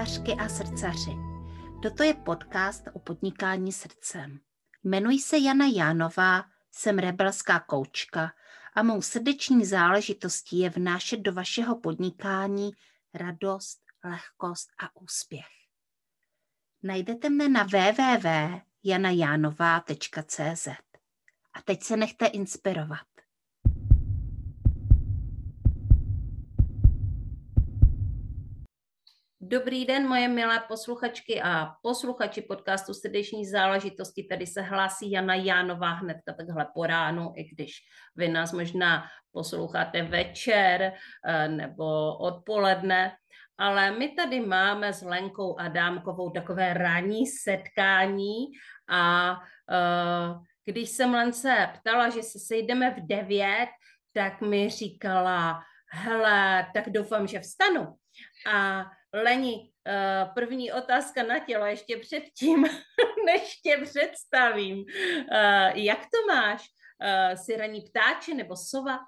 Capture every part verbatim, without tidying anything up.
srdcařky a srdcaři. Toto je podcast o podnikání srdcem. Jmenuji se Jana Jánová, jsem rebelská koučka a mou srdeční záležitostí je vnášet do vašeho podnikání radost, lehkost a úspěch. Najdete mne na w w w tečka jana jánová tečka c z. A teď se nechte inspirovat. Dobrý den, moje milé posluchačky a posluchači podcastu Srdeční záležitosti. Tady se hlásí Jana Jánová hnedka takhle po ránu, i když vy nás možná posloucháte večer nebo odpoledne. Ale my tady máme s Lenkou Adámkovou takové ranní setkání a uh, když jsem Lence ptala, že se sejdeme v devět, tak mi říkala, hele, tak doufám, že vstanu. A Leni, první otázka na tělo ještě předtím, než tě představím. Jak to máš? Jsi ranní ptáče nebo sova?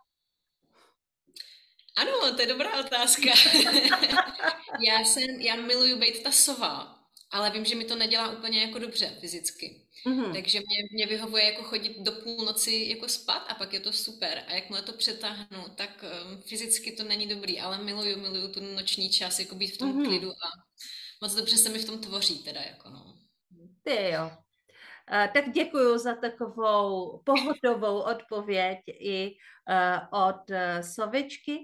Ano, to je dobrá otázka. já, jsem, já miluju být ta sova, ale vím, že mi to nedělá úplně jako dobře fyzicky. Mm-hmm. Takže mě, mě vyhovuje jako chodit do půlnoci jako spát a pak je to super. A jakmile to přetáhnu, tak um, fyzicky to není dobrý, ale miluju, miluju tu noční čas, jako být v tom mm-hmm. klidu a moc dobře se mi v tom tvoří teda jako no. Ty jo. Uh, tak děkuju za takovou pohotovou odpověď i uh, od uh, sovičky.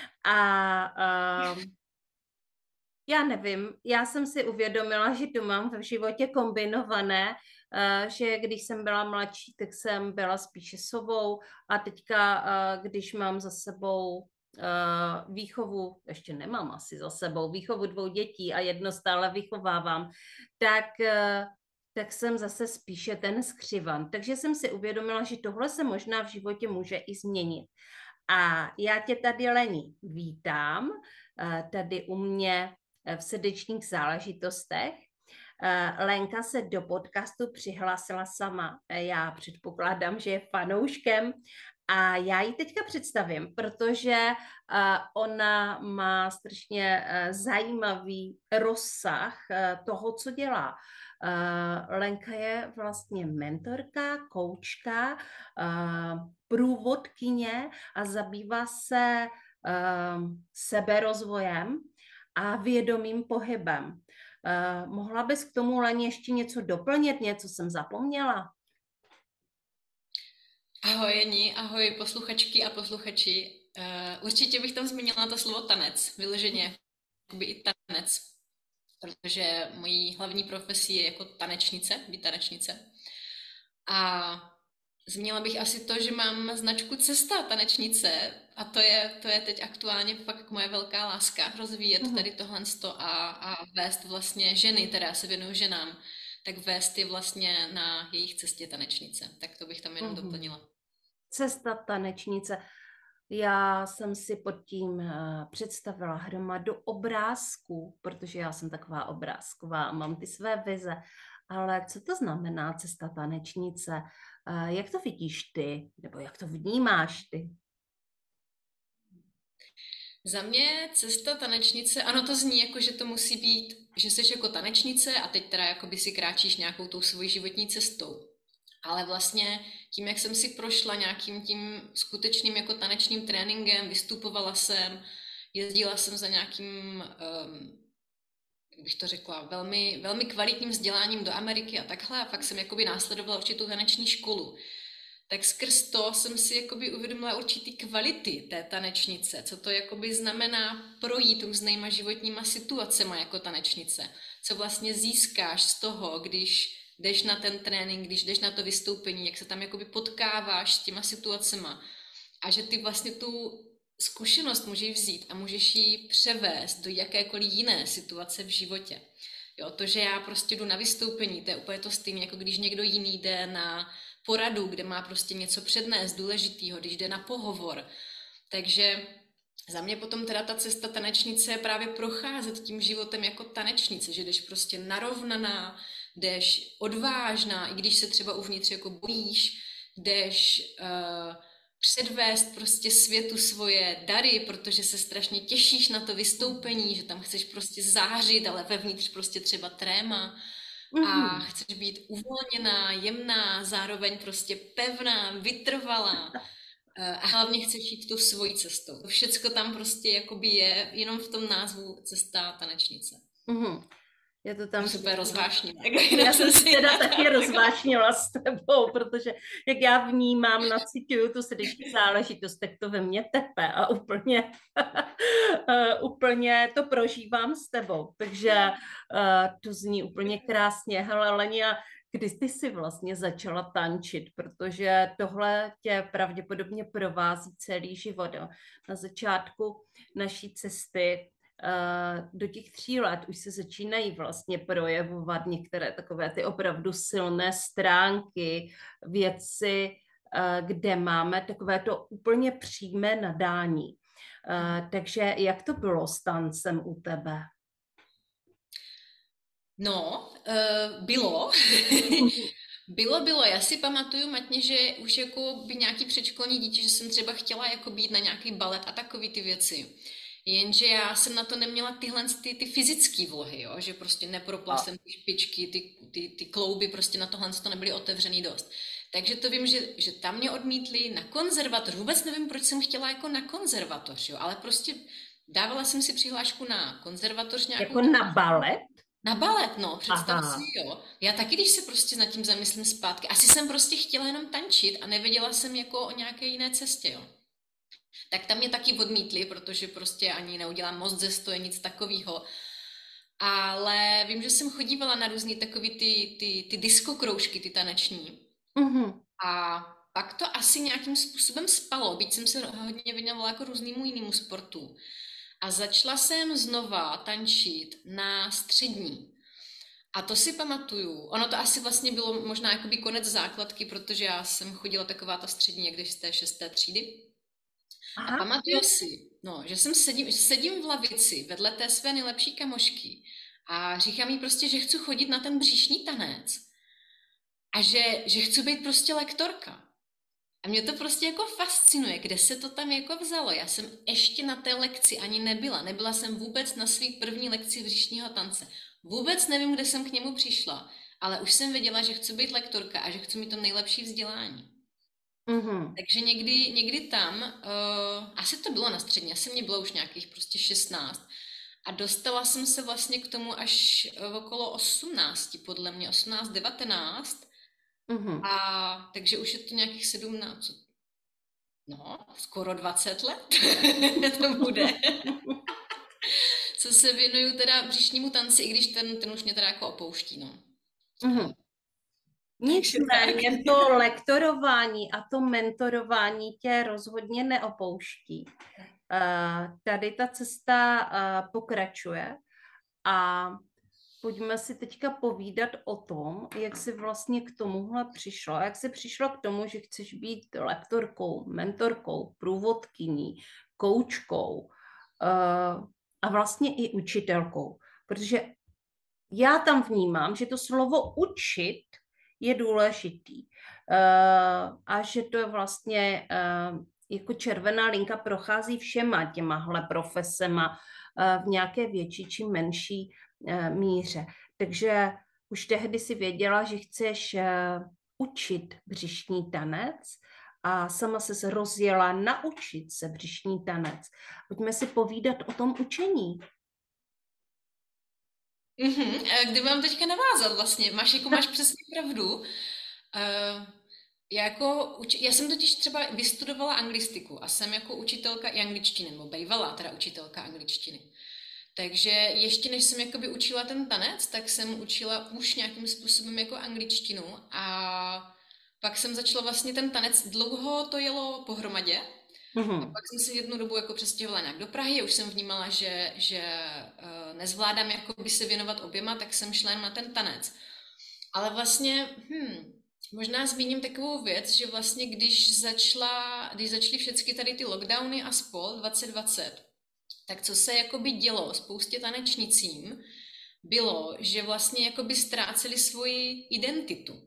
A uh, já nevím, já jsem si uvědomila, že tu mám v životě kombinované, uh, že když jsem byla mladší, tak jsem byla spíše sovou a teďka, uh, když mám za sebou uh, výchovu, ještě nemám asi za sebou, výchovu dvou dětí a jedno stále vychovávám, tak, uh, tak jsem zase spíše ten skřivan. Takže jsem si uvědomila, že tohle se možná v životě může i změnit. A já tě tady, Leni, vítám, uh, tady u mě v srdečních záležitostech. Lenka se do podcastu přihlásila sama. Já předpokládám, že je fanouškem a já ji teďka představím, protože ona má strašně zajímavý rozsah toho, co dělá. Lenka je vlastně mentorka, koučka, průvodkyně a zabývá se seberozvojem a vědomým pohybem. Uh, mohla bys k tomu, Leni, ještě něco doplnit? Něco jsem zapomněla? Ahoj, Jeni, ahoj posluchačky a posluchači. Uh, určitě bych tam zmínila to slovo tanec, vyloženě, jakoby i tanec, protože mojí hlavní profesí je jako tanečnice, být tanečnice. A zmínila bych asi to, že mám značku Cesta tanečnice a to je, to je teď aktuálně fakt moje velká láska, rozvíjet uh-huh. tady tohle a, a vést vlastně ženy, teda se věnuju ženám, tak vést je vlastně na jejich cestě tanečnice. Tak to bych tam jenom uh-huh. doplnila. Cesta tanečnice. Já jsem si pod tím představila hromadu obrázků, protože já jsem taková obrázková, mám ty své vize. Ale co to znamená cesta tanečnice? Jak to vidíš ty? Nebo jak to vnímáš ty? Za mě cesta tanečnice, ano, to zní jako, že to musí být, že jsi jako tanečnice a teď teda jakoby si kráčíš nějakou tou svojí životní cestou. Ale vlastně tím, jak jsem si prošla nějakým tím skutečným jako tanečním tréninkem, vystupovala jsem, jezdila jsem za nějakým... Um, jak bych to řekla, velmi, velmi kvalitním vzděláním do Ameriky a takhle a fakt jsem jakoby následovala určitou taneční školu. Tak skrz to jsem si jakoby uvědomila určitý kvality té tanečnice, co to jakoby znamená projít různýma životníma situacema jako tanečnice, co vlastně získáš z toho, když jdeš na ten trénink, když jdeš na to vystoupení, jak se tam jakoby potkáváš s těma situacema a že ty vlastně tu zkušenost můžeš vzít a můžeš ji převést do jakékoliv jiné situace v životě. Jo, to, že já prostě jdu na vystoupení, to je úplně to stejné, jako když někdo jiný jde na poradu, kde má prostě něco přednést důležitýho, když jde na pohovor. Takže za mě potom teda ta cesta tanečnice je právě procházet tím životem jako tanečnice, že jdeš prostě narovnaná, jdeš odvážná, i když se třeba uvnitř jako bojíš, jdeš... Uh, předvést prostě světu svoje dary, protože se strašně těšíš na to vystoupení, že tam chceš prostě zářit, ale vevnitř prostě třeba tréma a Mhm. chceš být uvolněná, jemná, zároveň prostě pevná, vytrvalá eh, a hlavně chceš jít tu svojí cestou. To všecko tam prostě jakoby je jenom v tom názvu cesta tanečnice. Mhm. Je to tam Super všechno. rozvážně. Já jsem si teda taky rozvášnila s tebou, protože jak já vnímám, nacituju tu srdeční záležitost, tak to ve mně tepe a úplně, úplně to prožívám s tebou. Takže uh, to zní úplně krásně. Hele, Leni, a kdy ty jsi vlastně začala tančit? Protože tohle tě pravděpodobně provází celý život. Jo. Na začátku naší cesty do těch tří let už se začínají vlastně projevovat některé takové ty opravdu silné stránky, věci, kde máme takové to úplně přímé nadání. Takže jak to bylo s tancem u tebe? No, uh, bylo. Bylo, bylo. Já si pamatuju, Matně, že už jako by nějaký předškolní dítě, že jsem třeba chtěla jako být na nějaký balet a takový ty věci. Jenže já jsem na to neměla tyhle ty, ty fyzické vlohy, jo? Že prostě nepropla jsem ty špičky, ty, ty, ty klouby, prostě na tohle to nebyly otevřený dost. Takže to vím, že, že tam mě odmítli na konzervatoř. Vůbec nevím, proč jsem chtěla jako na konzervatoř, jo? Ale prostě dávala jsem si přihlášku na konzervatoř nějakou. Jako na balet? Na balet, no, představ Aha. si, jo. Já taky, když se prostě nad tím zamyslím zpátky, asi jsem prostě chtěla jenom tančit a nevěděla jsem jako o nějaké jiné cestě, jo. Tak tam mě taky odmítli, protože prostě ani neudělám most ze stoje, nic takového. Ale vím, že jsem chodívala na různý takový ty, ty, ty diskokroužky, ty taneční. Mm-hmm. A pak to asi nějakým způsobem spalo, byť jsem se hodně věnovala jako různému jinému sportu. A začala jsem znova tančit na střední. A to si pamatuju. Ono to asi vlastně bylo možná jakoby konec základky, protože já jsem chodila taková ta střední někde z té šesté třídy. A Aha. pamatuju si, no, že jsem sedím, sedím v lavici vedle té své nejlepší kamošky a říkám jí prostě, že chci chodit na ten bříšní tanec a že, že chci být prostě lektorka. A mě to prostě jako fascinuje, kde se to tam jako vzalo. Já jsem ještě na té lekci ani nebyla. Nebyla jsem vůbec na svý první lekci břišního tance. Vůbec nevím, kde jsem k němu přišla, ale už jsem věděla, že chci být lektorka a že chci mít to nejlepší vzdělání. Mm-hmm. Takže někdy, někdy tam, uh, asi to bylo na střední, asi mě bylo už nějakých prostě šestnáct. A dostala jsem se vlastně k tomu až okolo osmnáct, podle mě osmnáct, devatenáct. Mm-hmm. A takže už je to nějakých sedmnáct, no, skoro dvacet let to bude. Co se věnuju teda břišnímu tanci, i když ten, ten už mě teda jako opouští, no. Mm-hmm. Nicméně to lektorování a to mentorování tě rozhodně neopouští. Uh, tady ta cesta uh, pokračuje a pojďme si teďka povídat o tom, jak jsi vlastně k tomuhle přišla. Jak jsi přišla k tomu, že chceš být lektorkou, mentorkou, průvodkyní, koučkou uh, a vlastně i učitelkou. Protože já tam vnímám, že to slovo učit je důležitý uh, a že to je vlastně uh, jako červená linka prochází všema těmahle profesema uh, v nějaké větší či menší uh, míře. Takže už tehdy si věděla, že chceš uh, učit břišní tanec a sama se rozjela naučit se břišní tanec. Pojďme si povídat o tom učení. Mm-hmm. Kde mám teďka navázat vlastně? Máš, jako máš přesně pravdu. Uh, já, jako, já jsem totiž třeba vystudovala anglistiku a jsem jako učitelka i angličtiny, nebo bývalá teda učitelka angličtiny. Takže ještě než jsem jakoby učila ten tanec, tak jsem učila už nějakým způsobem jako angličtinu a pak jsem začala vlastně ten tanec, dlouho to jelo pohromadě. Mm-hmm. A pak jsem se jednu dobu jako přestěhovala nějak do Prahy, už jsem vnímala, že, že uh, nezvládám jakoby se věnovat oběma, tak jsem šla jen na ten tanec. Ale vlastně, hm, možná zmíním takovou věc, že vlastně když začala, když začaly všechny tady ty lockdowny a spol dvacet dvacet, tak co se jakoby dělo spoustě tanečnicím, bylo, že vlastně jakoby ztráceli svoji identitu.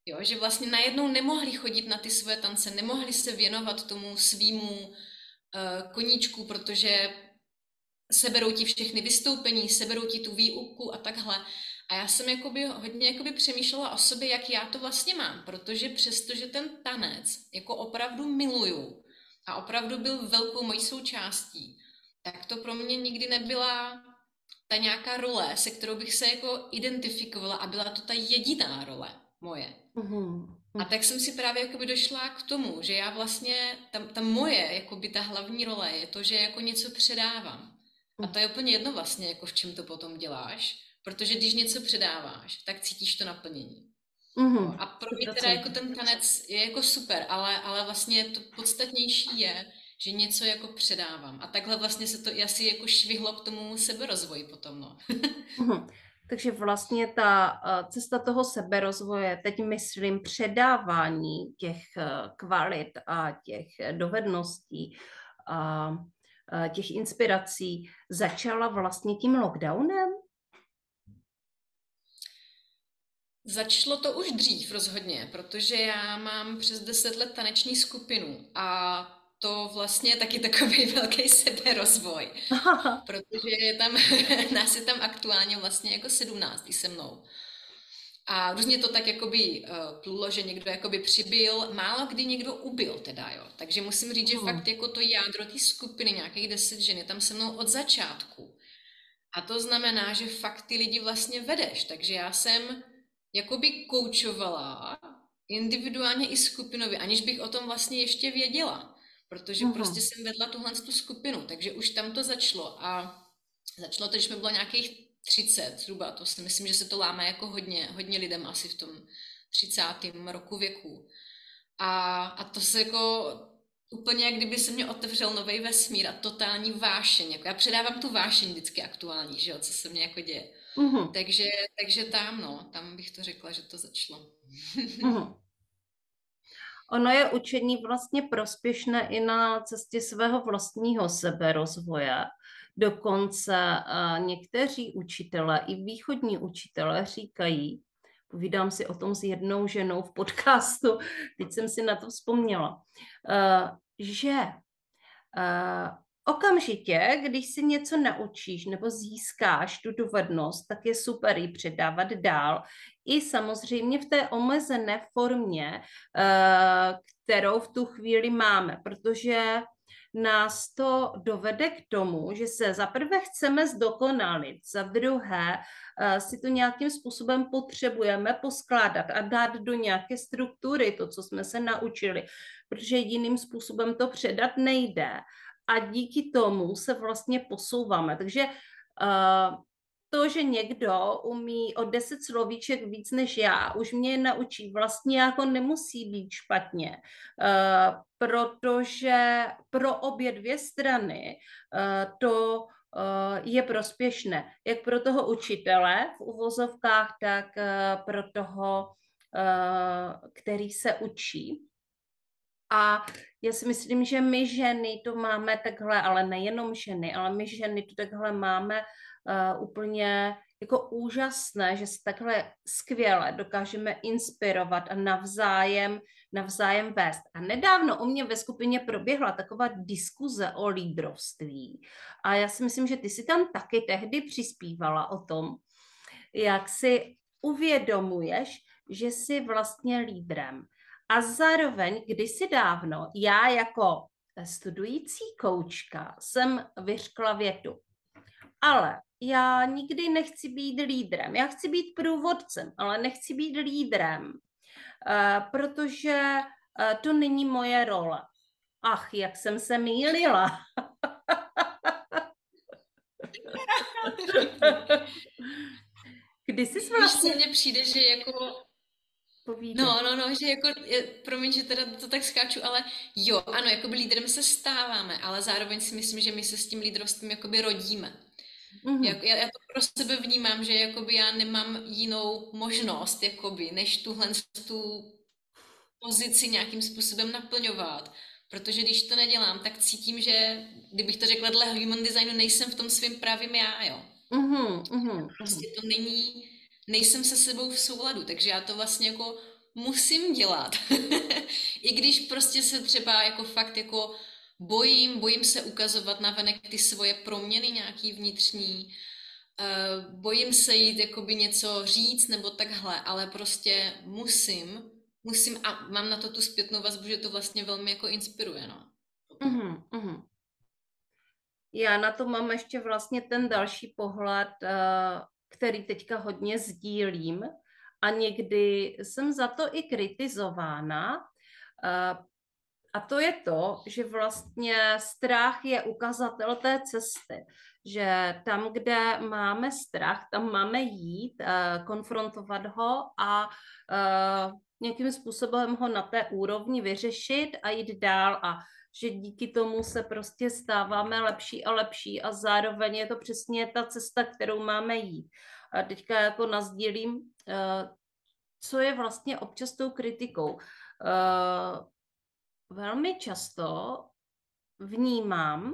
Jo, že vlastně najednou nemohli chodit na ty své tance, nemohli se věnovat tomu svýmu uh, koníčku, protože seberou ti všechny vystoupení, seberou ti tu výuku a takhle. A já jsem jakoby, hodně jakoby přemýšlela o sobě, jak já to vlastně mám, protože přesto, že ten tanec jako opravdu miluju a opravdu byl velkou mojí součástí, tak to pro mě nikdy nebyla ta nějaká role, se kterou bych se jako identifikovala a byla to ta jediná role moje. Mm-hmm. A tak jsem si právě jakoby došla k tomu, že já vlastně, ta, ta moje, jakoby ta hlavní role je to, že jako něco předávám. A to je úplně jedno vlastně, jako v čem to potom děláš, protože když něco předáváš, tak cítíš to naplnění. Mm-hmm. A pro mě teda jako ten tanec je jako super, ale, ale vlastně to podstatnější je, že něco jako předávám. A takhle vlastně se to i asi jako švihlo k tomu seberozvoji potom, no. Mm-hmm. Takže vlastně ta cesta toho seberozvoje, teď myslím předávání těch kvalit a těch dovedností a těch inspirací, začala vlastně tím lockdownem? Začalo to už dřív rozhodně, protože já mám přes deset let taneční skupinu a to vlastně je taky takový velký seberozvoj, protože je tam, nás je tam aktuálně vlastně jako sedmnáct i se mnou. A různě to tak jakoby uh, plulo, že někdo jakoby přibyl, málo kdy někdo ubyl teda, jo. Takže musím říct, že Hmm. fakt jako to jádro té skupiny, nějakých deset žen je tam se mnou od začátku. A to znamená, že fakt ty lidi vlastně vedeš. Takže já jsem jakoby koučovala individuálně i skupinově, aniž bych o tom vlastně ještě věděla. Protože Mhm. prostě jsem vedla tuhle tu skupinu, takže už tam to začalo. A začalo to, když mi bylo nějakých třicet zhruba, to si myslím, že se to láme jako hodně, hodně lidem asi v tom třicátém roku věku. A, a to se jako úplně, jak kdyby se mě otevřel nový vesmír a totální vášeň. Jako já předávám tu vášeň vždycky aktuální, že jo, co se mně jako děje. Mhm. Takže, takže tam, no, tam bych to řekla, že to začalo. Mhm. Ono je učení vlastně prospěšné i na cestě svého vlastního seberozvoje. Dokonce uh, někteří učitelé, i východní učitelé říkají, povídám si o tom s jednou ženou v podcastu, teď jsem si na to vzpomněla, uh, že uh, okamžitě, když si něco naučíš nebo získáš tu dovednost, tak je super ji předávat dál. I samozřejmě v té omezené formě, kterou v tu chvíli máme, protože nás to dovede k tomu, že se za prvé chceme zdokonalit, za druhé si to nějakým způsobem potřebujeme poskládat a dát do nějaké struktury to, co jsme se naučili, protože jiným způsobem to předat nejde. A díky tomu se vlastně posouváme. Takže uh, to, že někdo umí o deset slovíček víc než já, už mě naučí, vlastně jako nemusí být špatně, uh, protože pro obě dvě strany uh, to uh, je prospěšné. Jak pro toho učitele v uvozovkách, tak uh, pro toho, uh, který se učí. A já si myslím, že my ženy to máme takhle, ale nejenom ženy, ale my ženy to takhle máme uh, úplně jako úžasné, že se takhle skvěle dokážeme inspirovat a navzájem, navzájem vést. A nedávno u mě ve skupině proběhla taková diskuze o lídrovství. A já si myslím, že ty si tam taky tehdy přispívala o tom, jak si uvědomuješ, že jsi vlastně lídrem. A zároveň kdysi dávno já jako studující koučka jsem vyřkla větu. Ale já nikdy nechci být lídrem. Já chci být průvodcem, ale nechci být lídrem, protože to není moje role. Ach, jak jsem se mýlila. Kdy jsi vlastně... Víš, co mně přijde, že jako... Povídej. No, no, no, že jako, je, promiň, že teda to tak skáču, ale jo, ano, jakoby lídrem se stáváme, ale zároveň si myslím, že my se s tím lídrovstvím jakoby rodíme. Mm-hmm. Jak, já, já to pro sebe vnímám, že jakoby já nemám jinou možnost, jakoby, než tuhle tu pozici nějakým způsobem naplňovat. Protože když to nedělám, tak cítím, že, kdybych to řekla dle human designu, nejsem v tom svým pravým já, jo. Mm-hmm, mm-hmm. Prostě to není, nejsem se sebou v souladu, takže já to vlastně jako musím dělat. I když prostě se třeba jako fakt jako bojím, bojím se ukazovat navenek ty svoje proměny nějaký vnitřní, uh, bojím se jít jakoby něco říct nebo takhle, ale prostě musím, musím a mám na to tu zpětnou vazbu, že to vlastně velmi jako inspiruje, no. Mm-hmm, mm-hmm. Já na to mám ještě vlastně ten další pohled, který teďka hodně sdílím a někdy jsem za to i kritizována. A to je to, že vlastně strach je ukazatel té cesty. Že tam, kde máme strach, tam máme jít, konfrontovat ho a nějakým způsobem ho na té úrovni vyřešit a jít dál a že díky tomu se prostě stáváme lepší a lepší a zároveň je to přesně ta cesta, kterou máme jít. A teďka jako nazdílím, co je vlastně občas tou kritikou. Velmi často vnímám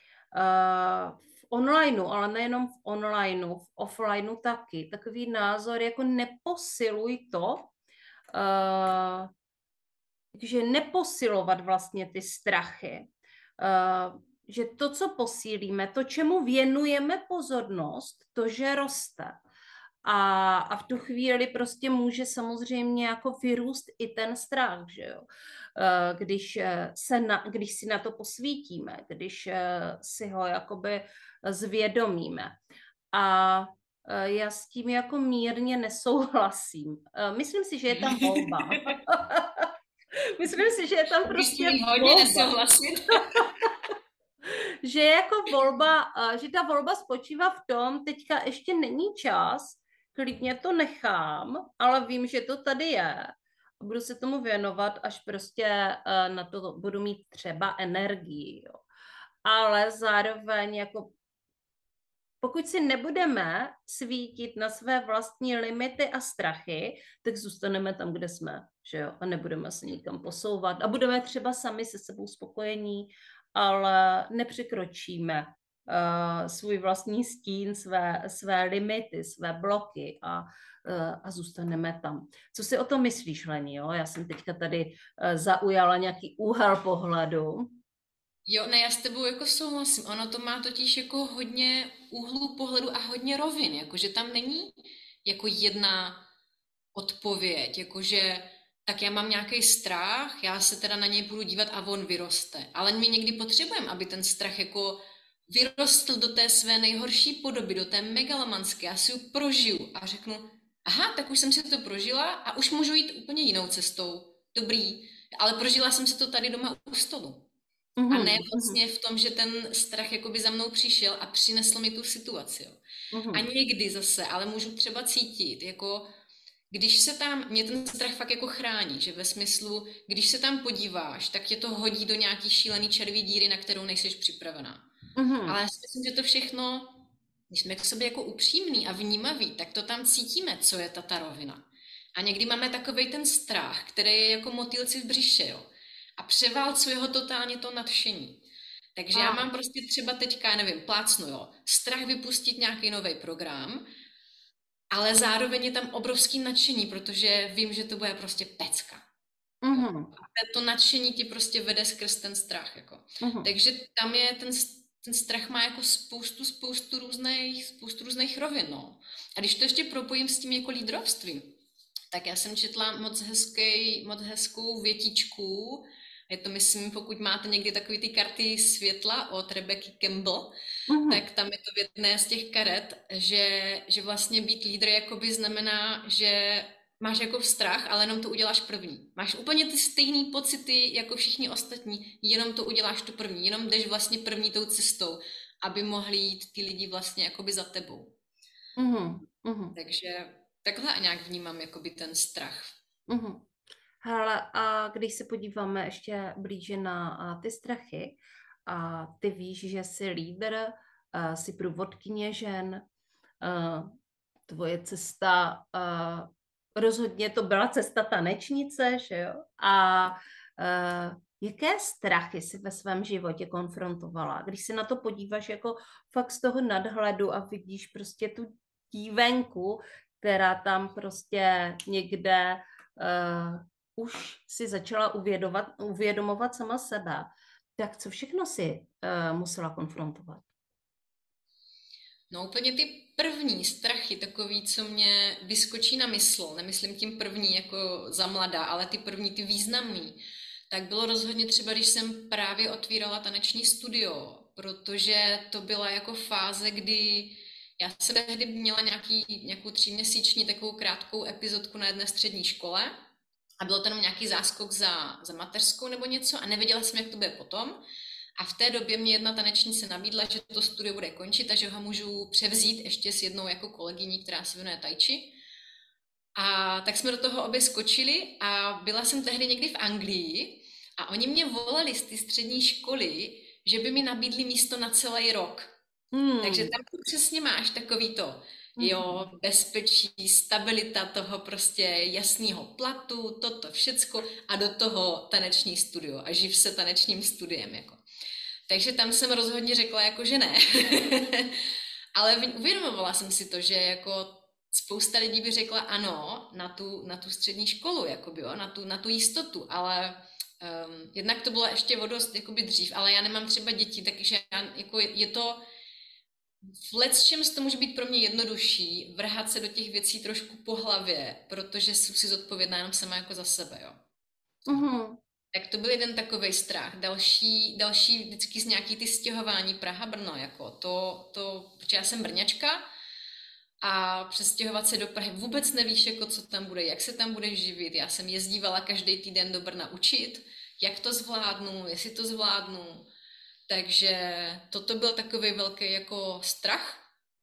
v onlineu, ale nejenom v onlineu, v offlineu taky, takový názor, jako neposiluj to, že neposilovat vlastně ty strachy, že to, co posílíme, to, čemu věnujeme pozornost, to, že roste. A, a v tu chvíli prostě může samozřejmě jako vyrůst i ten strach, že jo? Když, se na, když si na to posvítíme, když si ho jakoby zvědomíme. A já s tím jako mírně nesouhlasím. Myslím si, že je tam volba. Myslím si, že je tam prostě hodně nesouhlasit. Že jako volba, že ta volba spočívá v tom, teďka ještě není čas, klidně to nechám, ale vím, že to tady je. A budu se tomu věnovat, až prostě na to budu mít třeba energii. Jo. Ale zároveň jako pokud si nebudeme svítit na své vlastní limity a strachy, tak zůstaneme tam, kde jsme, že jo, a nebudeme se nikam posouvat a budeme třeba sami se sebou spokojení, ale nepřekročíme uh, svůj vlastní stín, své, své limity, své bloky a, uh, a zůstaneme tam. Co si o tom myslíš, Leni? Jo? Já jsem teďka tady uh, zaujala nějaký úhel pohledu. Jo, ne, já s tebou jako souhlasím. Ono to má totiž jako hodně úhlů pohledu a hodně rovin, jakože tam není jako jedna odpověď, jakože tak já mám nějaký strach, já se teda na něj budu dívat a on vyroste. Ale my někdy potřebujeme, aby ten strach jako vyrostl do té své nejhorší podoby, do té megalomanské. Já si ji prožiju a řeknu, aha, tak už jsem si to prožila a už můžu jít úplně jinou cestou. Dobrý, ale prožila jsem si to tady doma u stolu. Mm-hmm. A ne vlastně v tom, že ten strach jakoby za mnou přišel a přinesl mi tu situaci. Jo. Mm-hmm. A někdy zase, ale můžu třeba cítit, jako když se tam, mě ten strach fakt jako chrání, že ve smyslu, když se tam podíváš, tak tě to hodí do nějaký šílený červí díry, na kterou nejseš připravená. Mm-hmm. Ale já si myslím, že to všechno, když jsme k sobě jako upřímný a vnímaví, tak to tam cítíme, co je ta, ta rovina. A někdy máme takovej ten strach, který je jako motýlci v břiše, jo. A převálcuje ho totálně to nadšení. Takže a. já mám prostě třeba teďka, nevím, plácnu, jo, strach vypustit nějaký nový program, ale zároveň je tam obrovský nadšení, protože vím, že to bude prostě pecka. Mm-hmm. A to nadšení ti prostě vede skrz ten strach, jako. Mm-hmm. Takže tam je ten, ten strach má jako spoustu, spoustu různých, spoustu různých rovin, no. A když to ještě propojím s tím jako lídrovstvím, tak já jsem četla moc, hezký, moc hezkou větičku. Je to, myslím, pokud máte někdy takový ty karty světla od Rebecky Campbell, mm-hmm. tak tam je to v jedné z těch karet, že, že vlastně být lídr jakoby znamená, že máš jako strach, ale jenom to uděláš první. Máš úplně ty stejné pocity jako všichni ostatní, jenom to uděláš tu první, jenom jdeš vlastně první tou cestou, aby mohli jít ty lidi vlastně jakoby za tebou. Mm-hmm. Takže takhle nějak vnímám jakoby ten strach. Mm-hmm. Hele, a když se podíváme ještě blíže na ty strachy, a ty víš, že jsi lídr, jsi průvodkyně žen, tvoje cesta, rozhodně to byla cesta tanečnice, že jo? A jaké strachy jsi ve svém životě konfrontovala? Když se na to podíváš jako fakt z toho nadhledu a vidíš prostě tu dívenku, která tam prostě někde uh, už si začala uvědovat, uvědomovat sama sebe, tak co všechno si uh, musela konfrontovat? No úplně ty první strachy, takový, co mě vyskočí na mysl, nemyslím tím první jako za mladá, ale ty první, ty významný, tak bylo rozhodně třeba, když jsem právě otvírala taneční studio, protože to byla jako fáze, kdy já jsem tehdy měla nějaký, nějakou tříměsíční takovou krátkou epizodku na jedné střední škole a bylo to jenom nějaký záskok za, za mateřskou nebo něco a nevěděla jsem, jak to bude potom. A v té době mě jedna tanečnice nabídla, že to studio bude končit a že ho můžu převzít ještě s jednou jako kolegyní, která se jmenuje Tai Chi. A tak jsme do toho obě skočili a byla jsem tehdy někdy v Anglii a oni mě volali z té střední školy, že by mi nabídli místo na celý rok. Hmm. Takže tam to přesně máš takový to, jo, bezpečí, stabilita toho prostě jasného platu, toto všecko a do toho taneční studio a živ se tanečním studiem, jako. Takže tam jsem rozhodně řekla jako, že ne. Ale uvědomovala jsem si to, že jako spousta lidí by řekla ano na tu, na tu střední školu, jakoby, jo, na, tu, na tu jistotu, ale um, jednak to bylo ještě o dost jakoby dřív, ale já nemám třeba děti, takže já, jako je, je to v lecčems to může být pro mě jednodušší vrhat se do těch věcí trošku po hlavě, protože jsem si zodpovědná jenom sama jako za sebe, jo. Mm-hmm. Tak to byl jeden takovej strach. Další, další vždycky z nějaký ty stěhování Praha-Brno, jako to, to, protože já jsem Brňačka a přestěhovat se do Prahy vůbec nevíš, jako co tam bude, jak se tam budeš živit. Já jsem jezdívala každý týden do Brna učit, jak to zvládnu, jestli to zvládnu. Takže toto byl takový velký jako strach.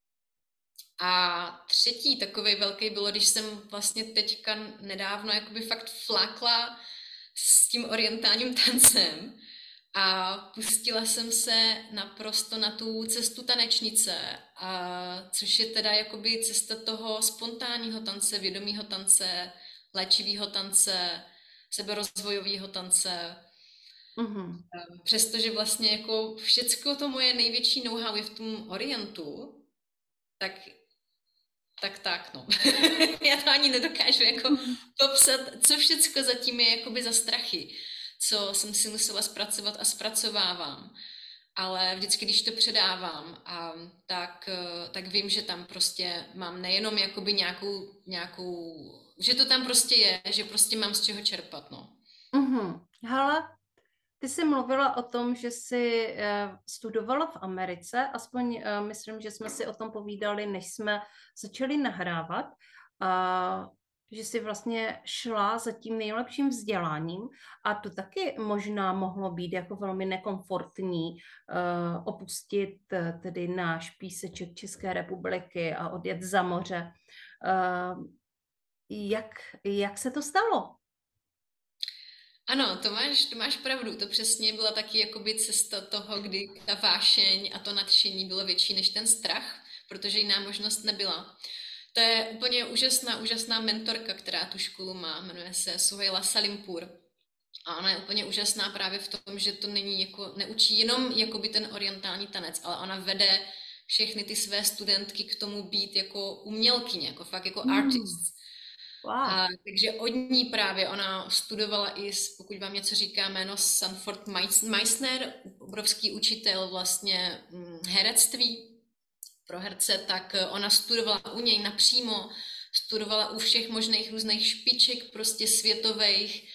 A třetí takový velký bylo, když jsem vlastně teďka nedávno jakoby fakt flákla s tím orientálním tancem a pustila jsem se naprosto na tu cestu tanečnice, a což je teda jakoby cesta toho spontánního tance, vědomího tance, léčivého tance, seberozvojového tance. Mm-hmm. Přestože vlastně jako všecko to moje největší know-how je v tom orientu, tak tak tak, no. Já to ani nedokážu jako popsat, co všecko zatím je jakoby za strachy, co jsem si musela zpracovat a zpracovávám. Ale vždycky, když to předávám, a tak, tak vím, že tam prostě mám nejenom jakoby nějakou, nějakou, že to tam prostě je, že prostě mám z čeho čerpat, no. Mm-hmm. Hele, ty jsi mluvila o tom, že jsi uh, studovala v Americe, aspoň uh, myslím, že jsme si o tom povídali, než jsme začali nahrávat, uh, že jsi vlastně šla za tím nejlepším vzděláním a to taky možná mohlo být jako velmi nekomfortní uh, opustit uh, tedy náš píseček České republiky a odjet za moře. Uh, jak, jak se to stalo? Ano, to máš, to máš pravdu, to přesně byla taky jakoby cesta toho, kdy ta vášeň a to nadšení bylo větší než ten strach, protože jiná možnost nebyla. To je úplně úžasná, úžasná mentorka, která tu školu má, jmenuje se Suhaila Salimpur. A ona je úplně úžasná právě v tom, že to není jako, neučí jenom jakoby ten orientální tanec, ale ona vede všechny ty své studentky k tomu být jako umělkyně, jako fakt jako mm. artist. Wow. A, takže od ní právě ona studovala i, pokud vám něco říká jméno, Sanford Meisner, obrovský učitel vlastně herectví pro herce, tak ona studovala u něj napřímo, studovala u všech možných různých špiček prostě světových,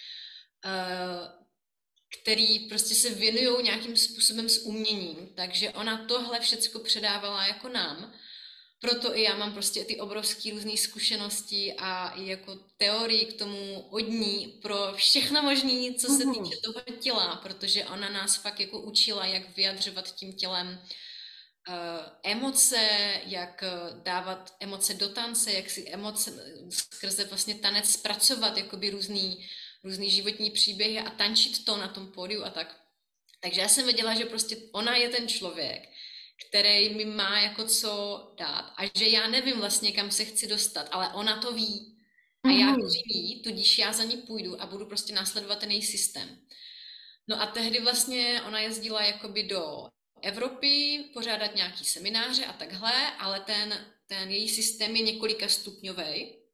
který prostě se věnují nějakým způsobem s uměním, takže ona tohle všecko předávala jako nám. Proto i já mám prostě ty obrovské různé zkušenosti a i jako teorii k tomu od ní pro všechno možné, co se týče toho těla, protože ona nás fakt jako učila, jak vyjadřovat tím tělem uh, emoce, jak dávat emoce do tance, jak si emoce skrze vlastně tanec zpracovat, jakoby různý, různý životní příběhy a tančit to na tom pódiu a tak. Takže já jsem věděla, že prostě ona je ten člověk, který mi má jako co dát a že já nevím vlastně, kam se chci dostat, ale ona to ví a já věřím jí, tudíž já za ní půjdu a budu prostě následovat ten její systém. No a tehdy vlastně ona jezdila jakoby do Evropy pořádat nějaký semináře a takhle, ale ten, ten její systém je několika stupňový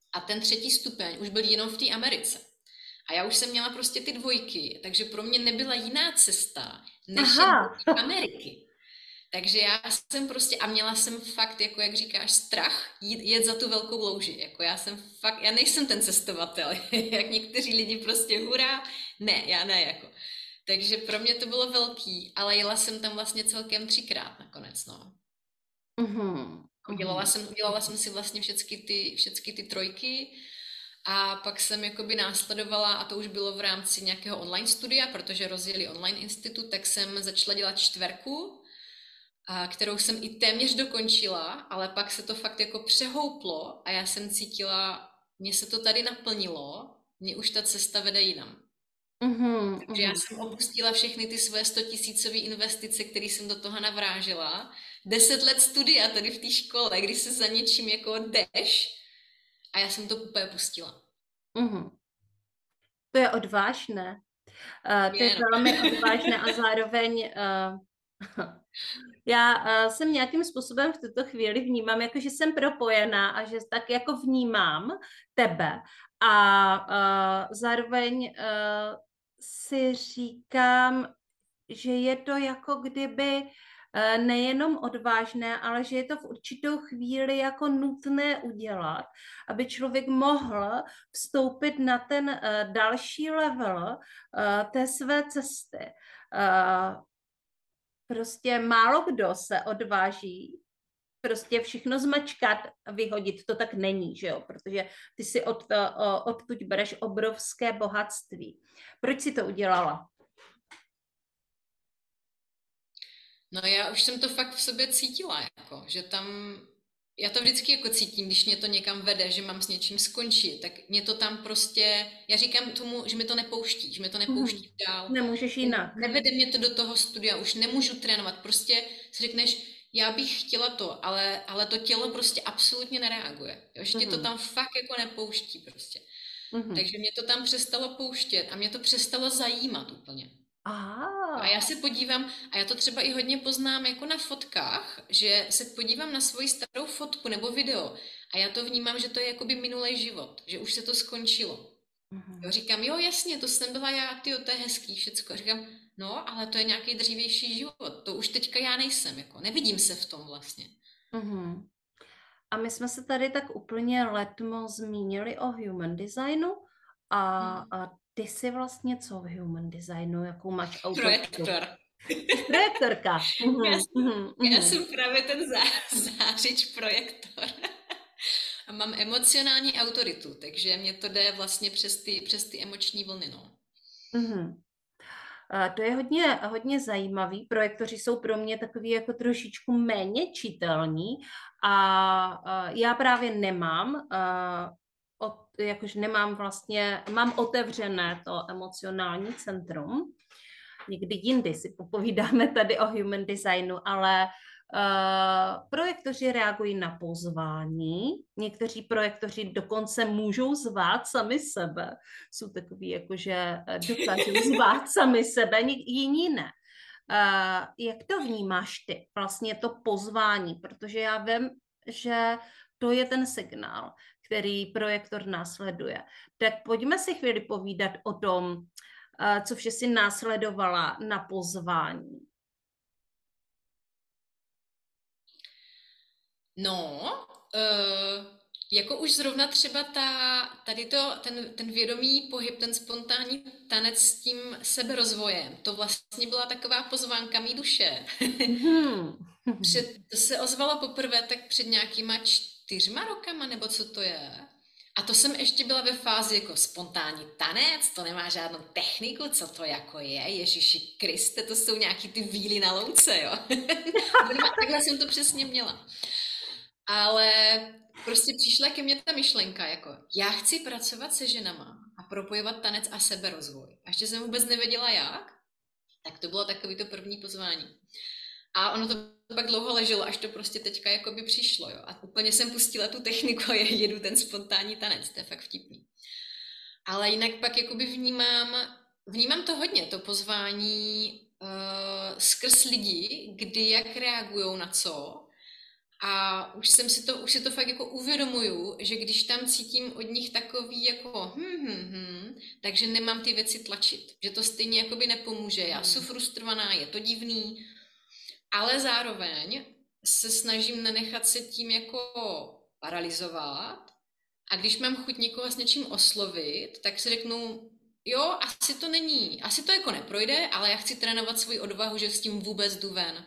a ten třetí stupeň už byl jenom v té Americe. A já už jsem měla prostě ty dvojky, takže pro mě nebyla jiná cesta, než jet do Aha. té Ameriky. Takže já jsem prostě, a měla jsem fakt, jako jak říkáš, strach jít, jet za tu velkou louži. Jako já jsem fakt, já nejsem ten cestovatel, jak někteří lidi prostě hurá. Ne, já ne, jako. Takže pro mě to bylo velký, ale jela jsem tam vlastně celkem třikrát nakonec, no. Mhm. Udělala jsem, udělala jsem si vlastně všechny ty, všechny ty trojky a pak jsem jakoby následovala, a to už bylo v rámci nějakého online studia, protože rozjeli online institut, tak jsem začala dělat čtverku, a kterou jsem i téměř dokončila, ale pak se to fakt jako přehouplo a já jsem cítila, mně se to tady naplnilo, mně už ta cesta vede jinam. Mhm, Takže já mhm. jsem opustila všechny ty své stotisícové investice, které jsem do toho navrážila. Deset let studia tady v té škole, kdy se za něčím jako jdeš, a já jsem to úplně pustila. Mhm. To je odvážné. Uh, to je Je, no. velmi odvážné a zároveň uh, já uh, jsem nějakým způsobem v tuto chvíli vnímám, jako že jsem propojená a že tak jako vnímám tebe a uh, zároveň uh, si říkám, že je to jako kdyby uh, nejenom odvážné, ale že je to v určitou chvíli jako nutné udělat, aby člověk mohl vstoupit na ten uh, další level uh, té své cesty. Uh, Prostě málo kdo se odváží prostě všechno zmačkat a vyhodit. To tak není, že jo? Protože ty si od, odtud bereš obrovské bohatství. Proč si to udělala? No já už jsem to fakt v sobě cítila, jako, že tam, já to vždycky jako cítím, když mě to někam vede, že mám s něčím skončit, tak mě to tam prostě, já říkám tomu, že mi to nepouští, že mi to nepouští Hmm. dál. Nemůžeš jinak. Nevede mě to do toho studia, už nemůžu trénovat, prostě si řekneš, já bych chtěla to, ale, ale to tělo prostě absolutně nereaguje, jo? Že tě to tam fakt jako nepouští prostě. Mhm. Takže mě to tam přestalo pouštět a mě to přestalo zajímat úplně. A Aha. já se podívám, a já to třeba i hodně poznám jako na fotkách, že se podívám na svoji starou fotku nebo video a já to vnímám, že to je jakoby minulý život, že už se to skončilo. Mhm. Jo, říkám, jo, jasně, to jsem byla já, tyjo, to je hezký, všecko. A říkám, no, ale to je nějaký dřívější život, to už teďka já nejsem, jako, nevidím se v tom vlastně. Mhm. A my jsme se tady tak úplně letmo zmínili o human designu a, Hmm. a ty jsi vlastně co v human designu, jakou máš autoritu? Projektor. Jsi projektorka. Mhm, Já, jsem, mhm, já mhm. jsem právě ten zá, zářič projektor. A mám emocionální autoritu, takže mě to jde vlastně přes ty, přes ty emoční vlny, no. Mhm. A to je hodně, hodně zajímavý. Projektoři jsou pro mě takový jako trošičku méně čitelní a, a já právě nemám, a, od, jakože nemám vlastně, mám otevřené to emocionální centrum. Někdy jindy si popovídáme tady o human designu, ale uh, projektoři reagují na pozvání. Někteří projektoři dokonce můžou zvát sami sebe. Jsou takový, jakože dokážou zvát sami sebe, jiní ne. Uh, jak to vnímáš ty, vlastně to pozvání? Protože já vím, že to je ten signál, který projektor následuje. Tak pojďme si chvíli povídat o tom, co vše si následovala na pozvání. No, uh, jako už zrovna třeba ta, tady to, ten, ten vědomý pohyb, ten spontánní tanec s tím seberozvojem, to vlastně byla taková pozvánka mý duše. Hmm. Před, to se ozvalo poprvé tak před nějakýma čtyřma rokama, nebo co to je? A to jsem ještě byla ve fázi jako spontánní tanec, to nemá žádnou techniku, co to jako je, Ježíši Kriste, to jsou nějaký ty víly na louce, jo. Takhle jsem to přesně měla. Ale prostě přišla ke mně ta myšlenka, jako já chci pracovat se ženama a propojovat tanec a seberozvoj. A ještě jsem vůbec nevěděla jak, tak to bylo takový to první pozvání. A ono to pak dlouho leželo, až to prostě teďka jakoby přišlo, jo. A úplně jsem pustila tu techniku a jedu ten spontánní tanec, to je fakt vtipný. Ale jinak pak jakoby vnímám, vnímám to hodně, to pozvání uh, skrz lidi, kdy jak reagujou na co. A už jsem si to, už si to fakt jako uvědomuju, že když tam cítím od nich takový jako hm, hm, hm, takže nemám ty věci tlačit. Že to stejně jakoby nepomůže. Já jsem frustrovaná, je to divný, ale zároveň se snažím nenechat se tím jako paralyzovat. A když mám chuť někoho s něčím oslovit, tak si řeknu, jo, asi to není, asi to jako neprojde, ale já chci trénovat svoji odvahu, že s tím vůbec jdu ven.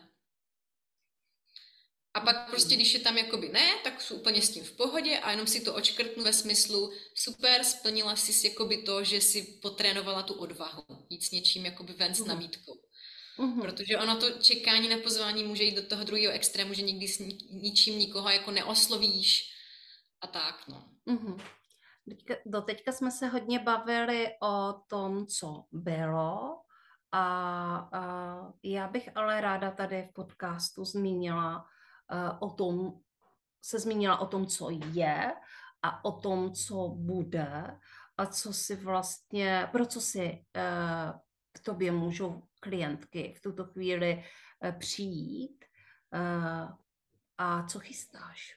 A pak prostě, když je tam jakoby ne, tak jsou úplně s tím v pohodě a jenom si to očkrtnu ve smyslu super, splnila jsi jakoby to, že si potrénovala tu odvahu, jít s něčím jakoby ven s nabídkou. Uhum. Protože ono to čekání na pozvání může jít do toho druhého extrému, že nikdy s ničím nikoho jako neoslovíš a tak, no. Uhum. Teďka, doteďka jsme se hodně bavili o tom, co bylo, a, a já bych ale ráda tady v podcastu zmínila uh, o tom, se zmínila o tom, co je a o tom, co bude a co si vlastně, pro co si uh, k tobě můžou klientky v tuto chvíli uh, přijít uh, a co chystáš.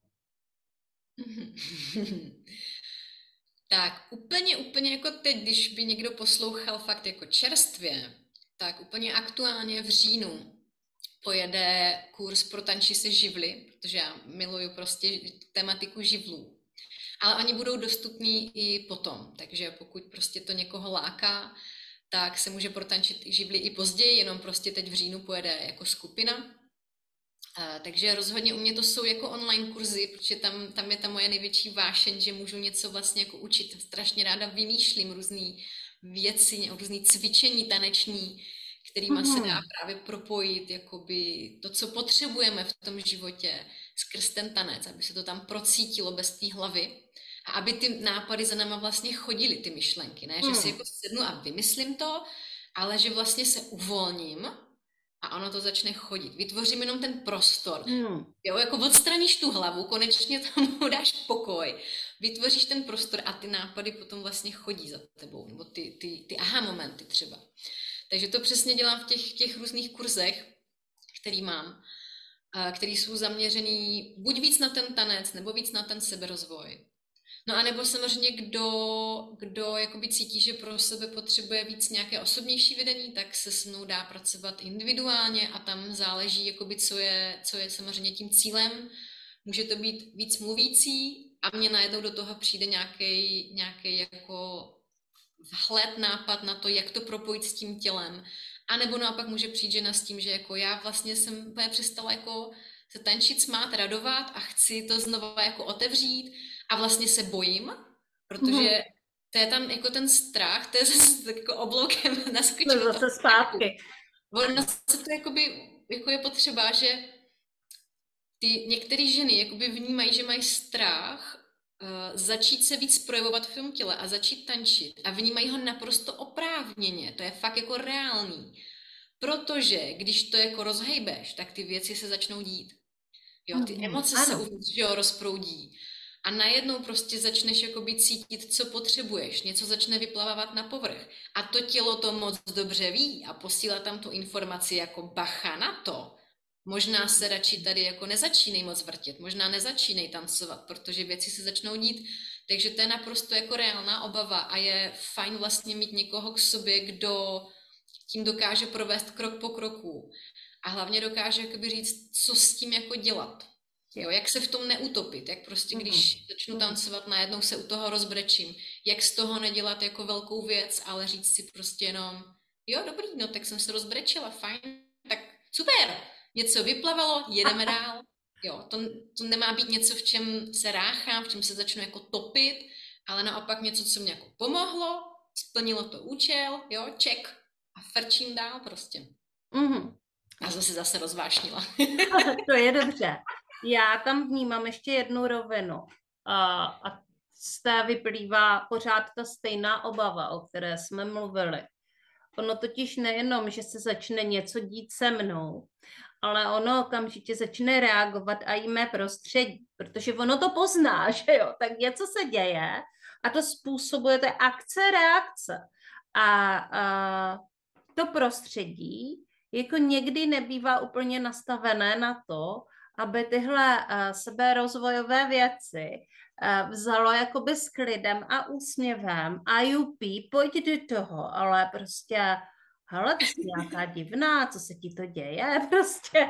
Tak úplně, úplně jako teď, když by někdo poslouchal fakt jako čerstvě, tak úplně aktuálně v říjnu pojede kurz pro tančící živly, protože já miluju prostě tematiku živlů. Ale oni budou dostupní i potom, takže pokud prostě to někoho láká, tak se může protančit živly i později, jenom prostě teď v říjnu pojede jako skupina. Uh, takže rozhodně u mě to jsou jako online kurzy, protože tam, tam je ta moje největší vášeň, že můžu něco vlastně jako učit. Strašně ráda vymýšlím různé věci, různé cvičení taneční, kterýma mm. se dá právě propojit jakoby to, co potřebujeme v tom životě skrz ten tanec, aby se to tam procítilo bez té hlavy a aby ty nápady za náma vlastně chodily, ty myšlenky. Ne, že mm. si jako sednu a vymyslím to, ale že vlastně se uvolním a ono to začne chodit. Vytvořím jenom ten prostor. Hmm. Jo, jako odstraníš tu hlavu, konečně tomu dáš pokoj, vytvoříš ten prostor a ty nápady potom vlastně chodí za tebou, nebo ty, ty, ty aha momenty třeba. Takže to přesně dělám v těch, těch různých kurzech, který mám, který jsou zaměřený buď víc na ten tanec, nebo víc na ten seberozvoj. No a nebo samozřejmě kdo, kdo jakoby cítí, že pro sebe potřebuje víc nějaké osobnější vedení, tak se s mnou dá pracovat individuálně a tam záleží, jakoby, co, je, co je samozřejmě tím cílem. Může to být víc mluvící a mně najednou do toho přijde nějaký, nějaký jako vhled, nápad na to, jak to propojit s tím tělem. A nebo naopak může přijít žena s tím, že jako já vlastně jsem úplně přestala jako se tančit, smát, radovat a chci to znova jako otevřít. A vlastně se bojím, protože to je tam jako ten strach, to je zase tak jako obloukem naskočilo. Zase zpátky. Ono se to jakoby, jako je potřeba, že ty některé ženy jakoby vnímají, že mají strach uh, začít se víc projevovat v tom těle a začít tančit a vnímají ho naprosto oprávněně, to je fakt jako reálný. Protože když to jako rozhejbeš, tak ty věci se začnou dít. Jo, ty mm, emoce ano. se uvnitř, jo, rozproudí. A najednou prostě začneš jakoby cítit, co potřebuješ. Něco začne vyplavávat na povrch. A to tělo to moc dobře ví a posílá tam tu informaci jako bacha na to. Možná se radši tady jako nezačínej moc vrtět, možná nezačínej tancovat, protože věci se začnou dít. Takže to je naprosto jako reálná obava a je fajn vlastně mít někoho k sobě, kdo tím dokáže provést krok po kroku. A hlavně dokáže jakoby říct, co s tím jako dělat. Jo, jak se v tom neutopit, jak prostě, když začnu tancovat, najednou se u toho rozbrečím, jak z toho nedělat jako velkou věc, ale říct si prostě jenom, jo, dobrý, no tak jsem se rozbrečila, fajn, tak super, něco vyplavalo, jedeme dál. Jo, to, to nemá být něco, v čem se ráchám, v čem se začnu jako topit, ale naopak něco, co mě jako pomohlo, splnilo to účel, jo, check a frčím dál prostě. Mm-hmm. A zase zase rozvášnila. To je dobře. Já tam vnímám ještě jednu rovinu a, a z té vyplývá pořád ta stejná obava, o které jsme mluvili. Ono totiž nejenom, že se začne něco dít se mnou, ale ono okamžitě začne reagovat a i mé prostředí, protože ono to pozná, že jo, tak něco se děje a to způsobuje, to je akce, reakce. A, a to prostředí jako někdy nebývá úplně nastavené na to, aby tyhle uh, seberozvojové věci uh, vzalo jakoby s klidem a úsměvem a jupí, pojď do toho, ale prostě hele, ty jsi nějaká divná, co se ti to děje, prostě.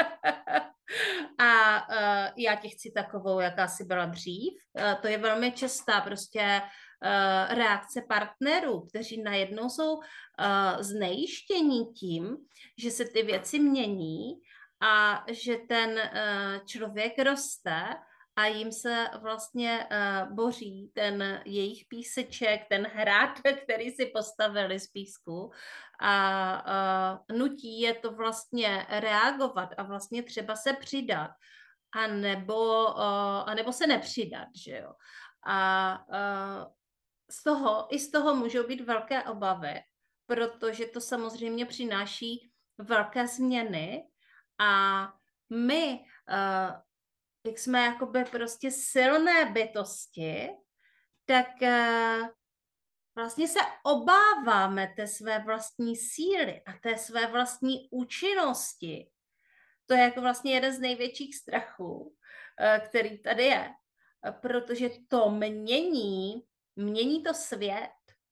A uh, já tě chci takovou, jaká jsi byla dřív. Uh, to je velmi častá prostě uh, reakce partnerů, kteří najednou jsou uh, znejištění tím, že se ty věci mění a že ten uh, člověk roste a jim se vlastně uh, boří ten jejich píseček, ten hrad, který si postavili z písku a uh, nutí je to vlastně reagovat a vlastně třeba se přidat a nebo, uh, a nebo se nepřidat, že jo. A uh, z toho, i z toho můžou být velké obavy, protože to samozřejmě přináší velké změny a my, uh, jak jsme jakoby prostě silné bytosti, tak uh, vlastně se obáváme té své vlastní síly a té své vlastní účinnosti. To je jako vlastně jeden z největších strachů, který tady je, protože to mění, mění to svět.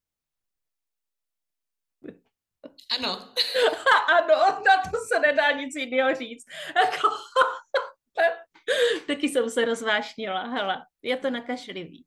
Ano. Ano, na to se nedá nic jiného říct. Taky jsem se rozvášnila, hele, je to nakašlivý.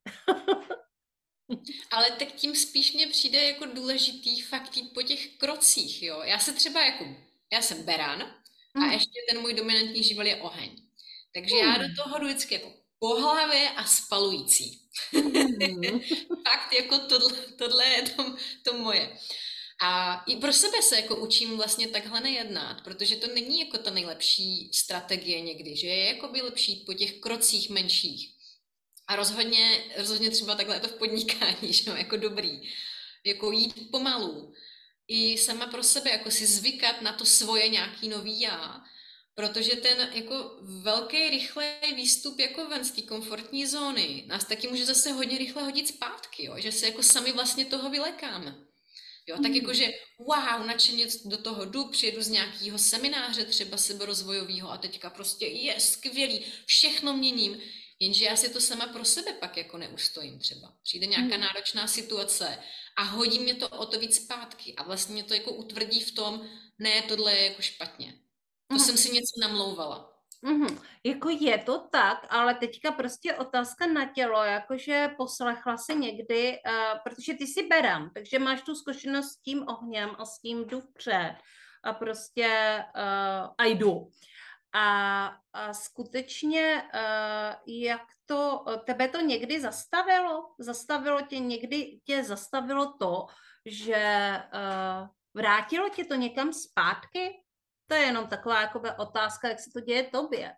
Ale tak tím spíš mně přijde jako důležitý fakt jít po těch krocích, jo. Já se třeba jako, já jsem beran a Mm. ještě ten můj dominantní živel je oheň. Takže Mm. já do toho jdu vždycky jako po hlavě a spalující. Mm. Fakt jako tohle, tohle je to, to moje. A i pro sebe se jako učím vlastně takhle nejednat, protože to není jako ta nejlepší strategie někdy, že je jako by lepší jít po těch krocích menších. A rozhodně, rozhodně třeba takhle je to v podnikání, že jo, jako dobrý. Jako jít pomalu. I sama pro sebe, jako si zvykat na to svoje nějaký nový já. Protože ten jako velký, rychlý výstup jako ven z té komfortní zóny nás taky může zase hodně rychle hodit zpátky, jo? Že se jako sami vlastně toho vylekáme. Jo, tak jakože wow, nadšeně do toho jdu, přijedu z nějakého semináře třeba seberozvojového a teďka prostě je skvělý, všechno měním, jenže já si to sama pro sebe pak jako neustojím třeba. Přijde nějaká náročná situace a hodí mě to o to víc zpátky a vlastně mě to jako utvrdí v tom, ne, tohle je jako špatně. To Aha. jsem si něco namlouvala. Mm-hmm. Jako je to tak, ale teďka prostě otázka na tělo, jakože poslechla si někdy, uh, protože ty jsi beran, takže máš tu zkušenost s tím ohněm a s tím jdu vpřed a prostě uh, a jdu. A, a skutečně, uh, jak to, tebe to někdy zastavilo? Zastavilo tě, někdy tě zastavilo to, že uh, vrátilo tě to někam zpátky? To je jenom taková jakoby otázka, jak se to děje tobě.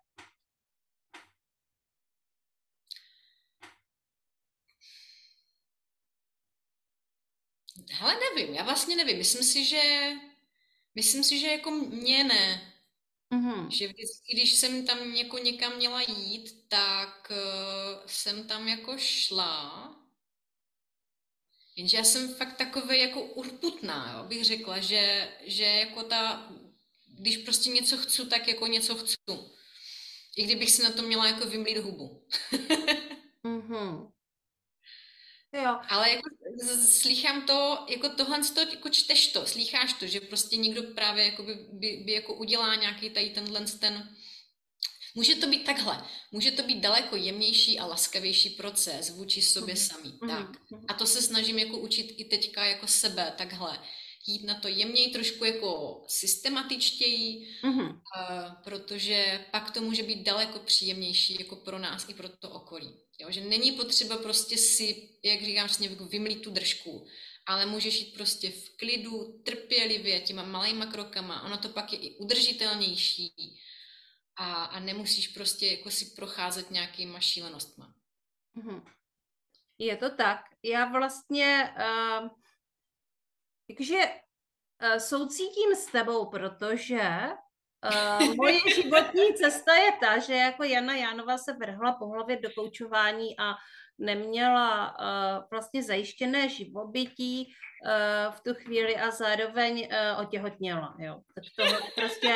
Hele, nevím, já vlastně nevím. Myslím si, že myslím si, že jako mě ne. Mm-hmm. Že vždycky, když jsem tam jako někam měla jít, tak uh, jsem tam jako šla. Jenže já jsem fakt takovej jako urputná, jo, bych řekla, že, že jako ta, když prostě něco chci, tak jako něco chci. I kdybych si na to měla jako vymlít hubu. Mm-hmm. Jo. Ale jako slýchám to, jako tohle, jako čteš to, slýcháš to, že prostě někdo právě jako by, by, by jako udělá nějaký tady tenhle ten. Může to být takhle, může to být daleko jemnější a laskavější proces vůči sobě mm. samý. Mm. Tak. A to se snažím jako učit i teďka jako sebe, takhle. Jít na to jemněji, trošku jako systematičtěji, mm. uh, protože pak to může být daleko příjemnější jako pro nás i pro to okolí. Jo? Že není potřeba prostě si, jak říkám, přesně vymlít tu držku, ale můžeš jít prostě v klidu, trpělivě, těma malejma krokama, ono to pak je i udržitelnější. A, a nemusíš prostě jako si procházet nějakýma šílenostma. Je to tak. Já vlastně uh, takže uh, soucítím s tebou, protože uh, moje životní cesta je ta, že jako Jana Jánová se vrhla po hlavě do koučování a neměla uh, vlastně zajištěné živobytí uh, v tu chvíli a zároveň uh, otěhotněla. Jo. Tak to prostě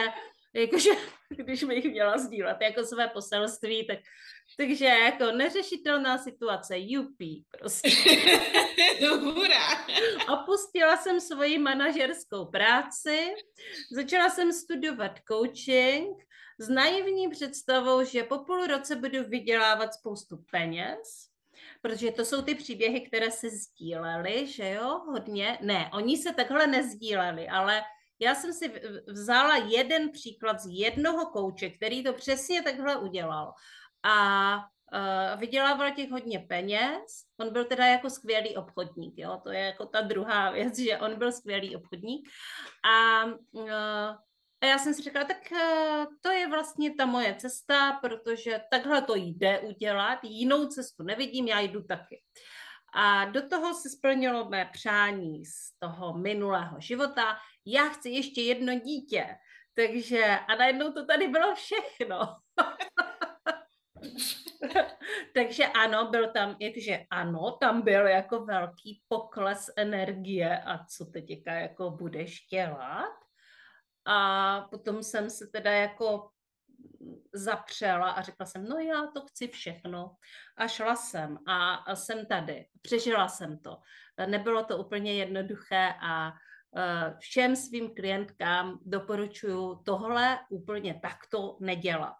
Jakože, když bych jich měla sdílet jako své poselství, tak takže jako neřešitelná situace, jupí prostě. Hurá! Opustila jsem svoji manažerskou práci, začala jsem studovat coaching s naivní představou, že po půl roce budu vydělávat spoustu peněz, protože to jsou ty příběhy, které se sdílely, že jo, hodně. Ne, oni se takhle nezdíleli, ale já jsem si vzala jeden příklad z jednoho kouče, který to přesně takhle udělal. A uh, vydělával těch hodně peněz. On byl teda jako skvělý obchodník, jo? To je jako ta druhá věc, že on byl skvělý obchodník. A, uh, a já jsem si říkala, tak uh, to je vlastně ta moje cesta, protože takhle to jde udělat, jinou cestu nevidím, já jdu taky. A do toho se splnilo mé přání z toho minulého života. Já chci ještě jedno dítě. Takže a najednou to tady bylo všechno. Takže ano, byl tam, jakože ano, tam byl jako velký pokles energie a co teďka jako budeš dělat. A potom jsem se teda jako zapřela a řekla jsem, no já to chci všechno. A šla jsem a, a jsem tady. Přežila jsem to. Nebylo to úplně jednoduché a všem svým klientkám doporučuji tohle úplně takto nedělat.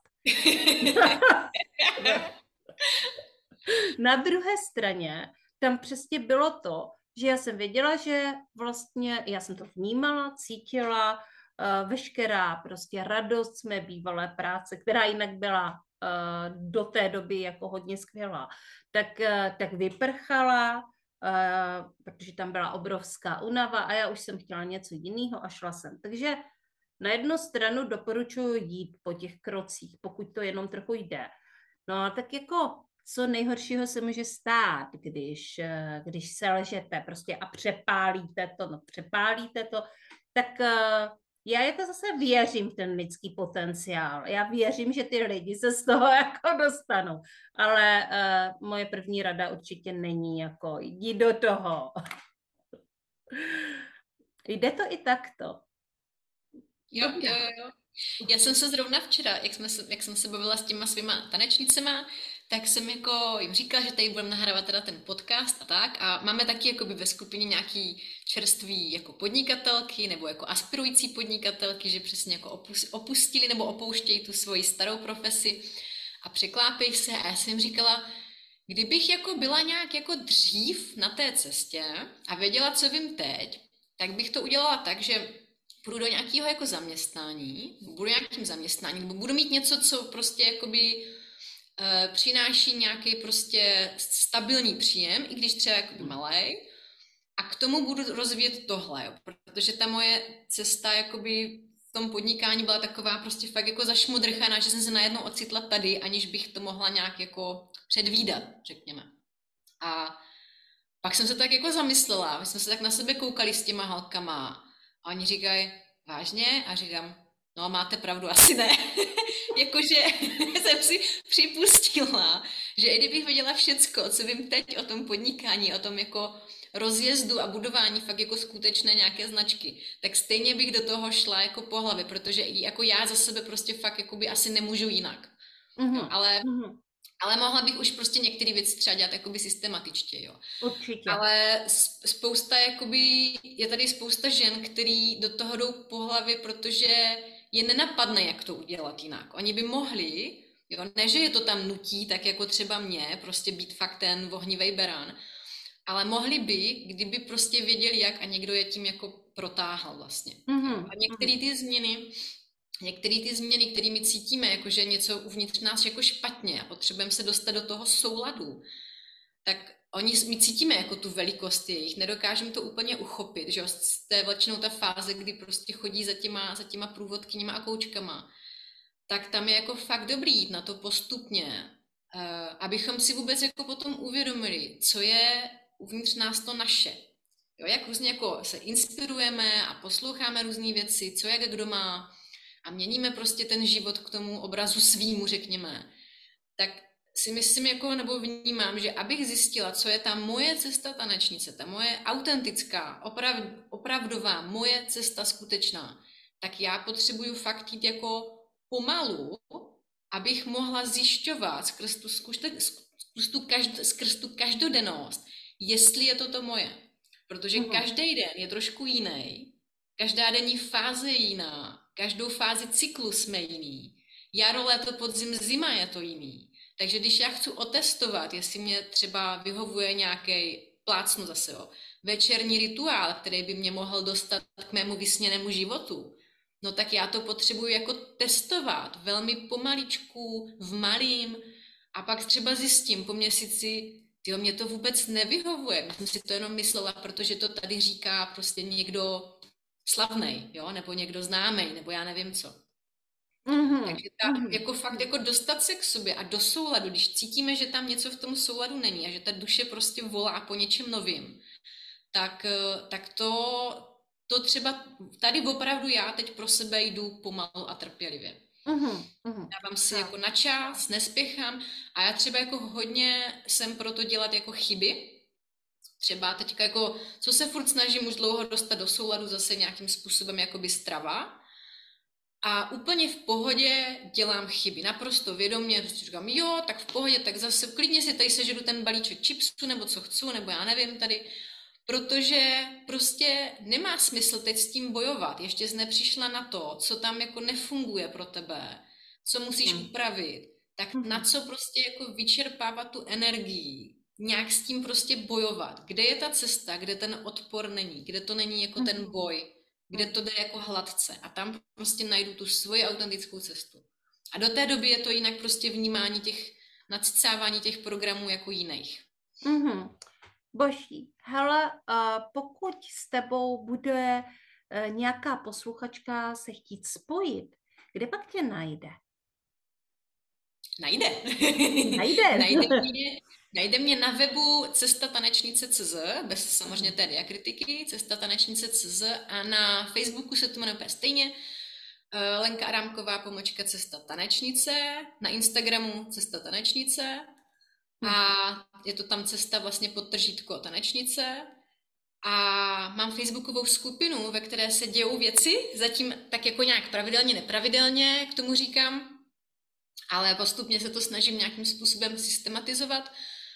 Na druhé straně tam přesně bylo to, že já jsem věděla, že vlastně já jsem to vnímala, cítila, uh, veškerá prostě radost z mé bývalé práce, která jinak byla uh, do té doby jako hodně skvělá, tak, uh, tak vyprchala, uh, protože tam byla obrovská únava a já už jsem chtěla něco jiného a šla jsem. Takže na jednu stranu doporučuji jít po těch krocích, pokud to jenom trochu jde. No tak jako co nejhoršího se může stát, když, když selžete prostě a přepálíte to, no přepálíte to, tak já jako zase věřím v ten lidský potenciál. Já věřím, že ty lidi se z toho jako dostanou. Ale uh, moje první rada určitě není jako jdi do toho. Jde to i takto. Jo, jo, jo. Já jsem se zrovna včera, jak, jsme se, jak jsem se bavila s těma svýma tanečnicema, tak jsem jako jim říkala, že tady budeme nahrávat teda ten podcast a tak a máme taky jakoby ve skupině nějaký čerství jako podnikatelky nebo jako aspirující podnikatelky, že přesně jako opustili nebo opouštějí tu svoji starou profesi a překlápějí se a já jsem jim říkala, kdybych jako byla nějak jako dřív na té cestě a věděla, co vím teď, tak bych to udělala tak, že půjdu do nějakého jako zaměstnání, budu nějakým zaměstnáním, nebo budu mít něco, co prostě jakoby e, přináší nějaký prostě stabilní příjem, i když třeba jakoby malej, a k tomu budu rozvíjet tohle, jo, protože ta moje cesta jakoby v tom podnikání byla taková prostě fakt jako zašmodrchaná, že jsem se najednou ocitla tady, aniž bych to mohla nějak jako předvídat, řekněme. A pak jsem se tak jako zamyslela, my jsme se tak na sebe koukali s těma halkama, a oni říkají, vážně? A říkám, no máte pravdu, asi ne. Jakože jsem si připustila, že i kdybych věděla všecko, co vím teď o tom podnikání, o tom jako rozjezdu a budování fakt jako skutečné nějaké značky, tak stejně bych do toho šla jako po hlavě, protože i jako já za sebe prostě fakt jakoby asi nemůžu jinak. Mm-hmm. No, ale... Mm-hmm. Ale mohla bych už prostě některé věci třeba dělat jakoby systematičtě, jo. Určitě. Ale spousta, jakoby, je tady spousta žen, který do toho jdou po hlavě, protože je nenapadne, jak to udělat jinak. Oni by mohli, jo, ne, že je to tam nutí, tak jako třeba mě, prostě být fakt ten vohnivej beran, ale mohli by, kdyby prostě věděli jak a někdo je tím jako protáhl vlastně. Mm-hmm. A některé ty změny Některé ty změny, kterými cítíme, jakože něco uvnitř nás jako špatně a potřebujeme se dostat do toho souladu, tak oni, my cítíme jako tu velikost jejich, nedokážeme to úplně uchopit, že jo, to je většinou ta fáze, kdy prostě chodí za těma, za těma průvodkyněma a koučkama, tak tam je jako fakt dobrý jít na to postupně, abychom si vůbec jako potom uvědomili, co je uvnitř nás to naše. Jo, jak různě jako se inspirujeme a posloucháme různé věci, co jak kdo má, a měníme prostě ten život k tomu obrazu svýmu, řekněme, tak si myslím, jako, nebo vnímám, že abych zjistila, co je ta moje cesta tanečnice, ta moje autentická, oprav, opravdová, moje cesta skutečná, tak já potřebuju fakt jít jako pomalu, abych mohla zjišťovat skrz tu, skrz tu, každ, skrz tu každodennost, jestli je to to moje. Protože mm. každý den je trošku jiný, každá denní fáze je jiná, každou fázi cyklu jsme jiný. Jaro, léto, podzim, zima je to jiný. Takže když já chci otestovat, jestli mě třeba vyhovuje nějaký, plácnu zase, jo, večerní rituál, který by mě mohl dostat k mému vysněnému životu, no tak já to potřebuji jako testovat velmi pomaličku, v malým, a pak třeba zjistím po měsíci, tyjo, mě to vůbec nevyhovuje, já jsem si to jenom myslela, protože to tady říká prostě někdo slavnej, jo, nebo někdo známej, nebo já nevím co. Mm-hmm. Takže ta, mm-hmm. jako fakt jako dostat se k sobě a do souladu, když cítíme, že tam něco v tom souladu není a že ta duše prostě volá po něčem novým, tak, tak to, to třeba tady opravdu já teď pro sebe jdu pomalu a trpělivě. Mm-hmm. Dávám si no. jako na čas, nespěchám a já třeba jako hodně jsem pro to dělat jako chyby. Třeba teďka jako, co se furt snažím už dlouho dostat do souladu zase nějakým způsobem jakoby strava. A úplně v pohodě dělám chyby. Naprosto vědomě, prostě říkám, jo, tak v pohodě, tak zase klidně si tady sežeru ten balíček chipsů, nebo co chci, nebo já nevím tady. Protože prostě nemá smysl teď s tím bojovat. Ještě jsi nepřišla na to, co tam jako nefunguje pro tebe, co musíš hmm. upravit. Tak hmm. na co prostě jako vyčerpávat tu energii, nějak s tím prostě bojovat. Kde je ta cesta, kde ten odpor není, kde to není jako hmm. ten boj, kde to jde jako hladce. A tam prostě najdu tu svoji autentickou cestu. A do té doby je to jinak prostě vnímání těch, nadscávání těch programů jako jiných. Mm-hmm. Boží, hele, uh, pokud s tebou bude uh, nějaká posluchačka se chtít spojit, kde pak tě najde? Najde. Najde. najde, mě, najde mě na webu cesta tanečnice tečka cz, bez samozřejmě té diakritiky, cesta tanečnice tečka cz, a na Facebooku se to jmenuje stejně, uh, Lenka Adámková pomočka cesta tanečnice, na Instagramu cesta tanečnice, a je to tam cesta vlastně podtržítko tanečnice. A mám facebookovou skupinu, ve které se dějou věci, zatím tak jako nějak pravidelně, nepravidelně, k tomu říkám, ale postupně se to snažím nějakým způsobem systematizovat.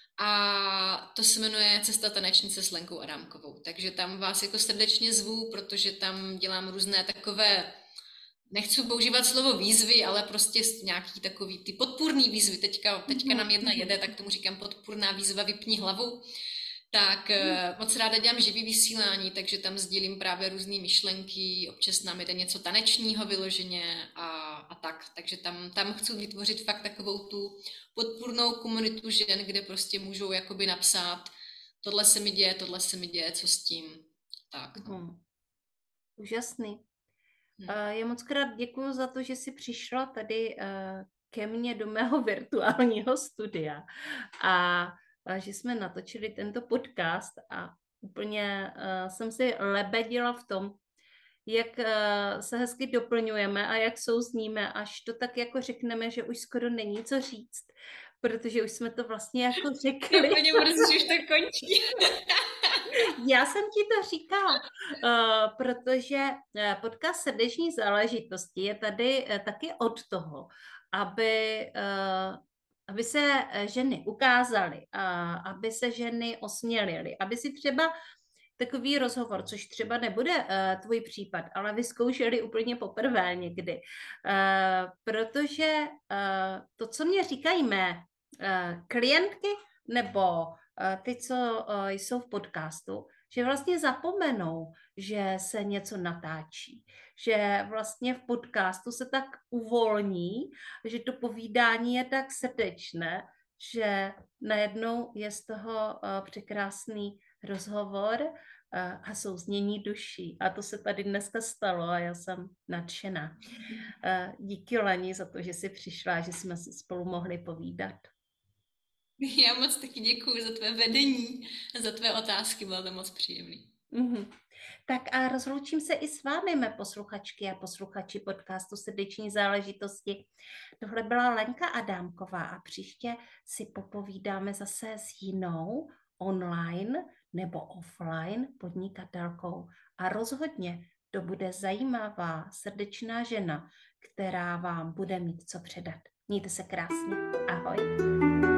A to se jmenuje Cesta tanečnice s Lenkou Adámkovou. Takže tam vás jako srdečně zvu, protože tam dělám různé takové, nechci používat slovo výzvy, ale prostě nějaký takový ty podpůrný výzvy. Teďka, teďka nám jedna jede, tak tomu říkám podpůrná výzva vypni hlavu. Tak mm. moc ráda dělám živý vysílání, takže tam sdílím právě různé myšlenky, občas nám jde něco tanečního vyloženě a, a tak. Takže tam, tam chci vytvořit fakt takovou tu podpůrnou komunitu žen, kde prostě můžou jakoby napsat, tohle se mi děje, tohle se mi děje, co s tím. Tak. No. Mm. Úžasný. Já moc krát děkuju za to, že jsi přišla tady ke mně do mého virtuálního studia a že jsme natočili tento podcast a úplně jsem si lebedila v tom, jak se hezky doplňujeme a jak souzníme, až to tak jako řekneme, že už skoro není co říct, protože už jsme to vlastně jako řekli. Úplně protože už to končí. Já jsem ti to říkala, uh, protože podcast Srdeční záležitosti je tady uh, taky od toho, aby, uh, aby se ženy ukázaly, uh, aby se ženy osmělily, aby si třeba takový rozhovor, což třeba nebude uh, tvůj případ, ale vyzkoušeli úplně poprvé někdy. Uh, protože uh, to, co mě říkají mé uh, klientky nebo ty, co jsou v podcastu, že vlastně zapomenou, že se něco natáčí, že vlastně v podcastu se tak uvolní, že to povídání je tak srdečné, že najednou je z toho překrásný rozhovor a souznění duší. A to se tady dneska stalo a já jsem nadšená. Díky, Leni, za to, že jsi přišla, že jsme si spolu mohli povídat. Já moc taky děkuji za tvé vedení a za tvé otázky, bylo to moc příjemný. Mm-hmm. Tak a rozloučím se i s vámi, mé posluchačky a posluchači podcastu Srdeční záležitosti. Tohle byla Lenka Adámková a příště si popovídáme zase s jinou online nebo offline podnikatelkou. A rozhodně to bude zajímavá, srdečná žena, která vám bude mít co předat. Mějte se krásně. Ahoj.